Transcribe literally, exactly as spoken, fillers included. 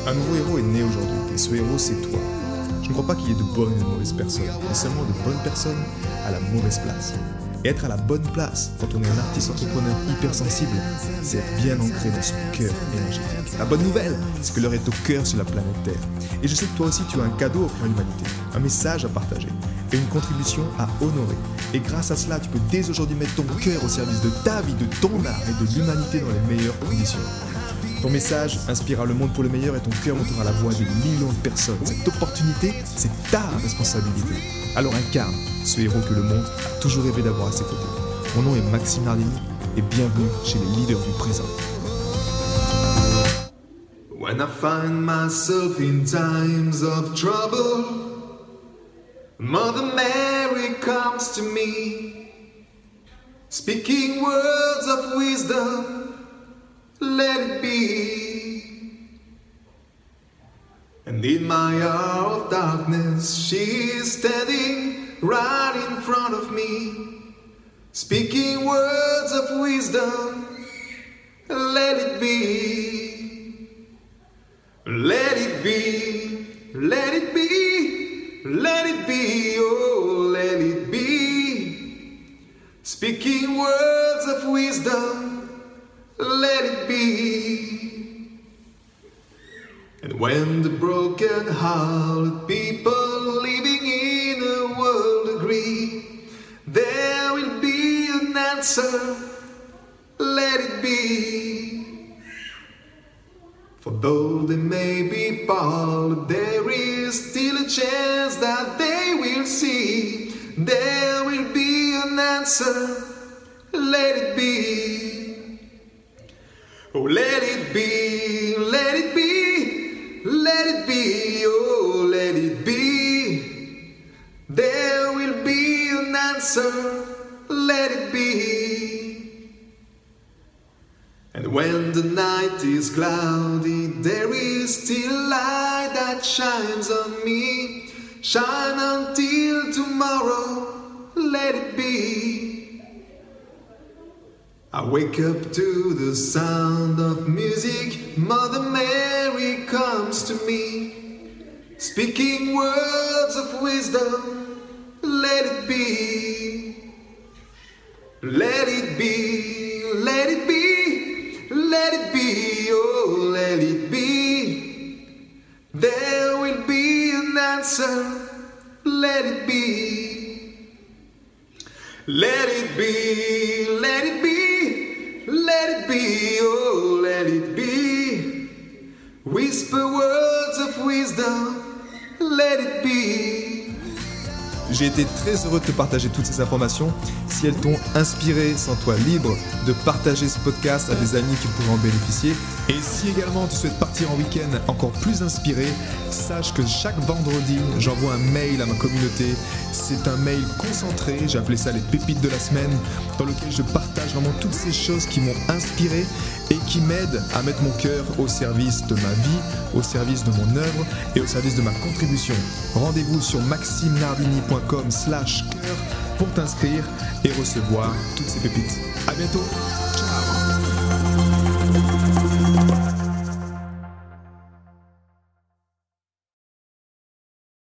Un nouveau héros est né aujourd'hui, et ce héros c'est toi. Je ne crois pas qu'il y ait de bonnes et de mauvaises personnes, mais seulement de bonnes personnes à la mauvaise place. Et être à la bonne place, quand on est un artiste entrepreneur hypersensible, c'est être bien ancré dans son cœur énergétique. La bonne nouvelle, c'est que l'heure est au cœur sur la planète Terre. Et je sais que toi aussi tu as un cadeau à offrir à l'humanité, un message à partager et une contribution à honorer. Et grâce à cela, tu peux dès aujourd'hui mettre ton cœur au service de ta vie, de ton art et de l'humanité dans les meilleures conditions. Ton message inspirera le monde pour le meilleur et ton cœur montera la voix de millions de personnes. Cette opportunité, c'est ta responsabilité. Alors incarne ce héros que le monde a toujours rêvé d'avoir à ses côtés. Mon nom est Maxime Nardini et bienvenue chez les leaders du présent. When I find myself in times of trouble, Mother Mary comes to me, speaking words of wisdom. Let it be. And in my hour of darkness, she is standing right in front of me, speaking words of wisdom. Let it be. Let it be. Let it be. Let it be. Oh, let it be. Speaking words of wisdom. Let it be. And when the broken-hearted people living in a world agree, there will be an answer. Let it be. For though they may be parted, there is still a chance that they will see. There will be an answer. Let it be. Oh, let it be, let it be, let it be, oh, let it be. There will be an answer, let it be. And when the night is cloudy, there is still light that shines on me. Shine until tomorrow, let it be. I wake up to the sound of music. Mother Mary comes to me, speaking words of wisdom. Let it be. Let it be. Let it be. Let it be. Oh, let it be. There will be an answer. Let it be. Let it be. Let it be. Let it be, oh, let it be. Whisper words of wisdom, let it be. J'ai été très heureux de te partager toutes ces informations. Si elles t'ont inspiré, sens-toi libre de partager ce podcast à des amis qui pourraient en bénéficier. Et si également tu souhaites partir en week-end encore plus inspiré, sache que chaque vendredi, j'envoie un mail à ma communauté. C'est un mail concentré, j'ai appelé ça les pépites de la semaine, dans lequel je partage vraiment toutes ces choses qui m'ont inspiré et qui m'aident à mettre mon cœur au service de ma vie, au service de mon œuvre et au service de ma contribution. Rendez-vous sur maximenardini point com slash cœur pour t'inscrire et recevoir toutes ces pépites. À bientôt.